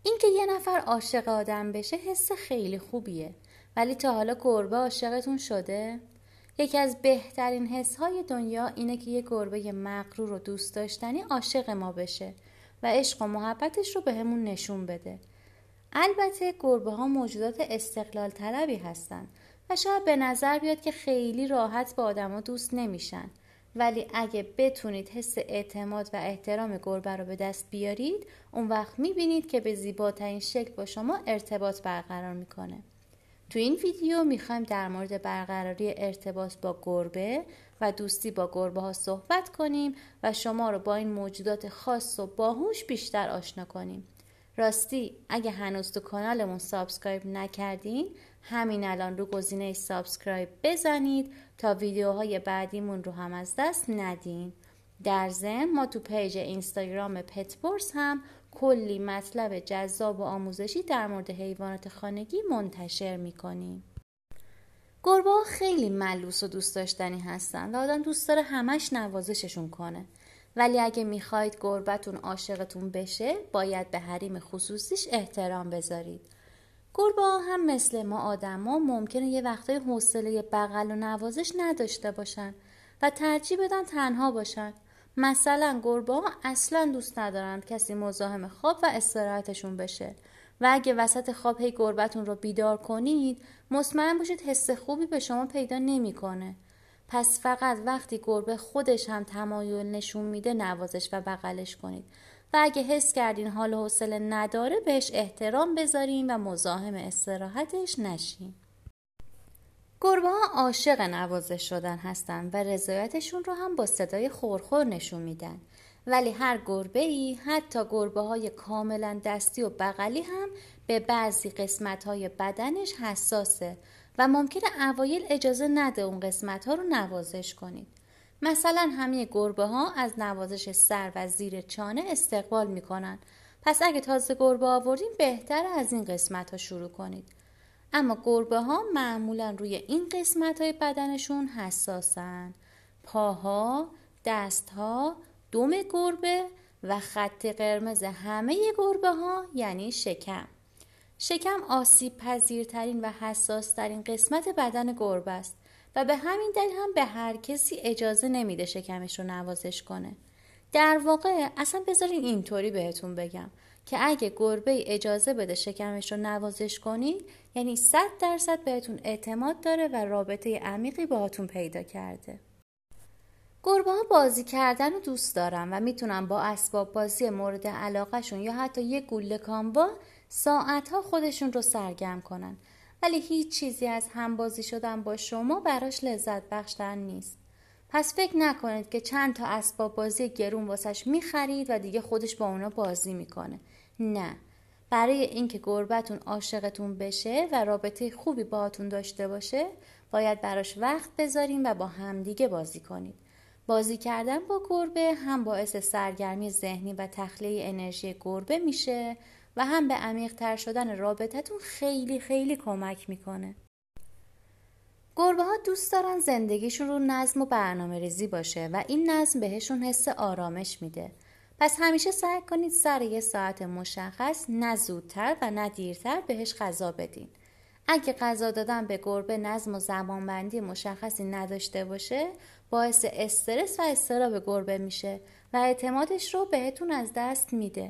اینکه یه نفر عاشق آدم بشه حس خیلی خوبیه، ولی تا حالا گربه عاشقتون شده؟ یکی از بهترین حس‌های دنیا اینه که یه گربه مغرور و دوست داشتنی عاشق ما بشه و عشق و محبتش رو بهمون نشون بده. البته گربه‌ها موجودات استقلال طلبی هستن و شاید به نظر بیاد که خیلی راحت با آدما دوست نمیشن، ولی اگه بتونید حس اعتماد و احترام گربه رو به دست بیارید، اون وقت میبینید که به زیباترین شکل با شما ارتباط برقرار میکنه. تو این ویدیو میخوایم در مورد برقراری ارتباط با گربه و دوستی با گربه ها صحبت کنیم و شما رو با این موجودات خاص و باهوش بیشتر آشنا کنیم. راستی اگه هنوز تو کانالمون سابسکرایب نکردین، همین الان رو گزینه سابسکرایب بزنید تا ویدیوهای بعدیمون رو هم از دست ندین. در ضمن ما تو پیج اینستاگرام پتبورس هم کلی مطلب جذاب و آموزشی در مورد حیوانات خانگی منتشر میکنیم. گربه ها خیلی ملوس و دوست داشتنی هستن و آدم دوست داره همش نوازششون کنه. ولی اگه میخواید گربتون عاشقتون بشه، باید به حریم خصوصیش احترام بذارید. گربه ها هم مثل ما آدما ممکنه یه وقتای حوصله بغل و نوازش نداشته باشن و ترجیح بدن تنها باشن. مثلا گربه ها اصلا دوست ندارند کسی مزاحم خواب و استراحتشون بشه و اگه وسط خواب هی گربتون رو بیدار کنید، مطمئن باشید حس خوبی به شما پیدا نمیکنه. پس فقط وقتی گربه خودش هم تمایل نشون میده نوازش و بغلش کنید و اگه حس کردین حال و حوصله نداره بهش احترام بذارین و مزاحم استراحتش نشین. گربه ها عاشق نوازش شدن هستن و رضایتشون رو هم با صدای خورخور نشون میدن. ولی هر گربه‌ای، حتی گربه‌های کاملا دستی و بغلی هم به بعضی قسمت‌های بدنش حساسه و ممکنه اوایل اجازه نده اون قسمت‌ها رو نوازش کنید. مثلا همه گربه‌ها از نوازش سر و زیر چانه استقبال میکنن. پس اگه تازه گربه آوردین بهتره از این قسمت‌ها شروع کنید. اما گربه ها معمولا روی این قسمت های بدنشون حساسن: پاها، دستها، دم گربه و خط قرمز همه گربه ها یعنی شکم. شکم آسیب پذیرترین و حساس ترین قسمت بدن گربه است و به همین دلیل هم به هر کسی اجازه نمیده شکمش رو نوازش کنه. در واقع اصلا بذارین اینطوری بهتون بگم که اگه گربه اجازه بده شکمش رو نوازش کنید، یعنی 100% بهتون اعتماد داره و رابطه عمیقی باهاتون پیدا کرده. گربه ها بازی کردن رو دوست دارن و میتونن با اسباب بازی مورد علاقهشون یا حتی یه گوله کامبا ساعتها خودشون رو سرگرم کنن، ولی هیچ چیزی از همبازی شدن با شما براش لذت بخشتر نیست. پس فکر نکنید که چند تا اسباب بازی گرون واسش میخرید و دیگه خودش با اونا بازی میکنه. نه، برای اینکه گربتون عاشقتون بشه و رابطه خوبی باهاتون داشته باشه، باید براش وقت بذارین و با همدیگه بازی کنید. بازی کردن با گربه هم باعث سرگرمی ذهنی و تخلیه انرژی گربه میشه و هم به عمیق‌تر شدن رابطتون خیلی خیلی کمک میکنه. گربه ها دوست دارن زندگیشون رو نظم و برنامه ریزی باشه و این نظم بهشون حس آرامش میده. پس همیشه سعی کنید سر یه ساعت مشخص، نه زودتر و نه دیرتر، بهش غذا بدین. اگه غذا دادن به گربه نظم و زمانبندی مشخصی نداشته باشه، باعث استرس و اضطراب گربه میشه و اعتمادش رو بهتون از دست میده.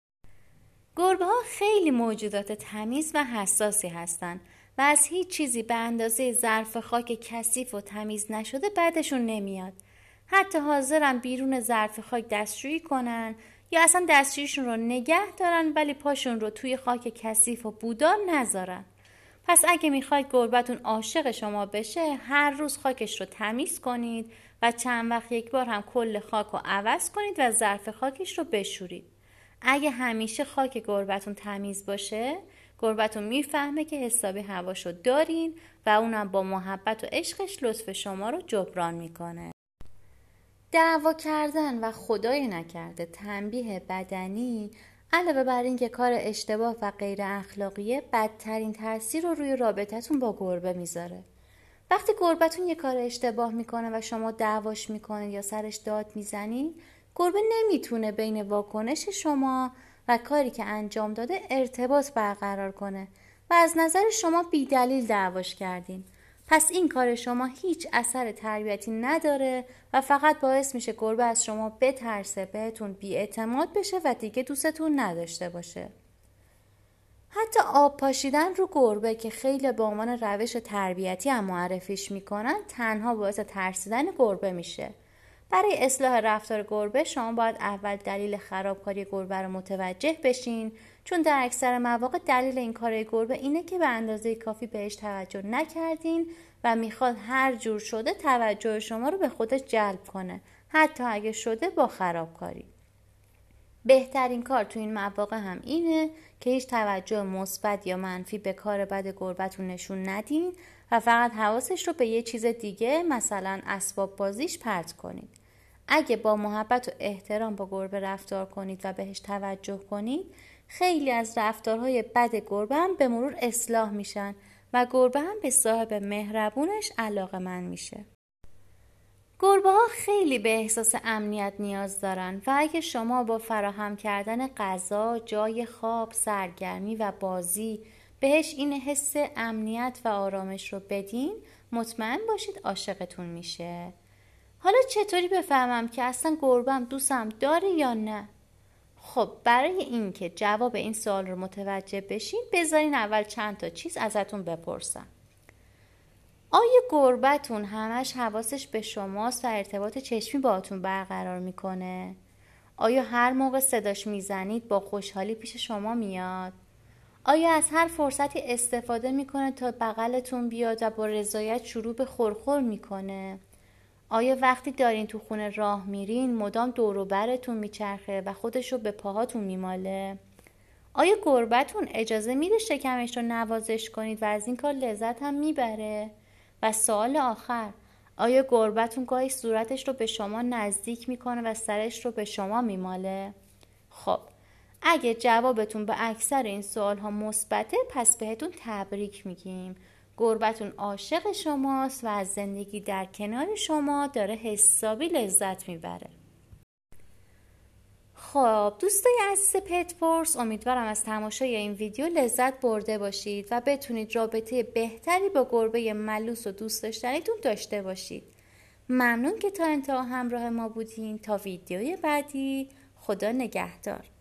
گربه ها خیلی موجودات تمیز و حساسی هستن و از هیچ چیزی به اندازه ظرف خاک کثیف و تمیز نشده بعدشون نمیاد. حتی حاضرن بیرون ظرف خاک دستشویی کنن یا اصلا دستشوییشون رو نگه دارن ولی پاشون رو توی خاک کثیف و بودار نذارن. پس اگه میخواید گربتون عاشق شما بشه، هر روز خاکش رو تمیز کنید و چند وقت یک بار هم کل خاک رو عوض کنید و ظرف خاکش رو بشورید. اگه همیشه خاک گربتون تمیز باشه، گربتون میفهمه که حسابی هواشو دارین و اونم با محبت و عشقش لطف شما رو جبران میکنه. دعوا کردن و خدای نکرده تنبیه بدنی علاوه بر این که کار اشتباه و غیر اخلاقیه، بدترین تاثیر رو روی رابطتون با گربه میذاره. وقتی گربتون یه کار اشتباه میکنه و شما دعواش میکنه یا سرش داد میزنی، گربه نمیتونه بین واکنش شما و کاری که انجام داده ارتباط برقرار کنه و از نظر شما بی‌دلیل دعواش کردین. پس این کار شما هیچ اثر تربیتی نداره و فقط باعث میشه گربه از شما بترسه، بهتون بی‌اعتماد بشه و دیگه دوستتون نداشته باشه. حتی آب پاشیدن رو گربه که خیلی به عنوان روش تربیتی هم معرفیش میکنن تنها باعث ترسیدن گربه میشه. برای اصلاح رفتار گربه شما باید اول دلیل خرابکاری گربه رو متوجه بشین، چون در اکثر مواقع دلیل این کار گربه اینه که به اندازه کافی بهش توجه نکردین و میخواد هر جور شده توجه شما رو به خودش جلب کنه، حتی اگه شده با خرابکاری. بهترین کار تو این مواقع هم اینه که هیچ توجه مثبت یا منفی به کار بد گربتون نشون ندین و فقط حواسش رو به یه چیز دیگه، مثلا اسباب بازیش، پرت کنید. اگه با محبت و احترام با گربه رفتار کنید و بهش توجه کنید، خیلی از رفتارهای بد گربه هم به مرور اصلاح میشن و گربه هم به صاحب مهربونش علاقه‌مند میشه. گربه ها خیلی به احساس امنیت نیاز دارن و اگه شما با فراهم کردن غذا، جای خواب، سرگرمی و بازی بهش این حس امنیت و آرامش رو بدین، مطمئن باشید عاشقتون میشه. حالا چطوری بفهمم که اصلا گربه‌ام دوستم داره یا نه؟ خب برای این که جواب این سوال رو متوجه بشین، بذارین اول چند تا چیز ازتون بپرسم. آیا گربتون همش حواسش به شماست و ارتباط چشمی باهاتون برقرار میکنه؟ آیا هر موقع صداش میزنید با خوشحالی پیش شما میاد؟ آیا از هر فرصتی استفاده میکنه تا بغلتون بیاد و با رضایت شروع به خورخور میکنه؟ آیا وقتی دارین تو خونه راه میرین مدام دور و برتون میچرخه و خودشو به پاهاتون میماله؟ آیا گربتون اجازه میده شکمش رو نوازش کنید و از این کار لذت هم میبره؟ و سوال آخر، آیا گربتون گاهی صورتش رو به شما نزدیک میکنه و سرش رو به شما میماله؟ خب اگه جوابتون به اکثر این سوال ها مثبته، پس بهتون تبریک میگیم. گربتون عاشق شماست و از زندگی در کنار شما داره حسابی لذت میبره. خب دوستای عزیز پت پرس، امیدوارم از تماشای این ویدیو لذت برده باشید و بتونید رابطه بهتری با گربه ملوس و دوست داشتنیتون داشته باشید. ممنون که تا انتها همراه ما بودین. تا ویدیوی بعدی، خدا نگهدار.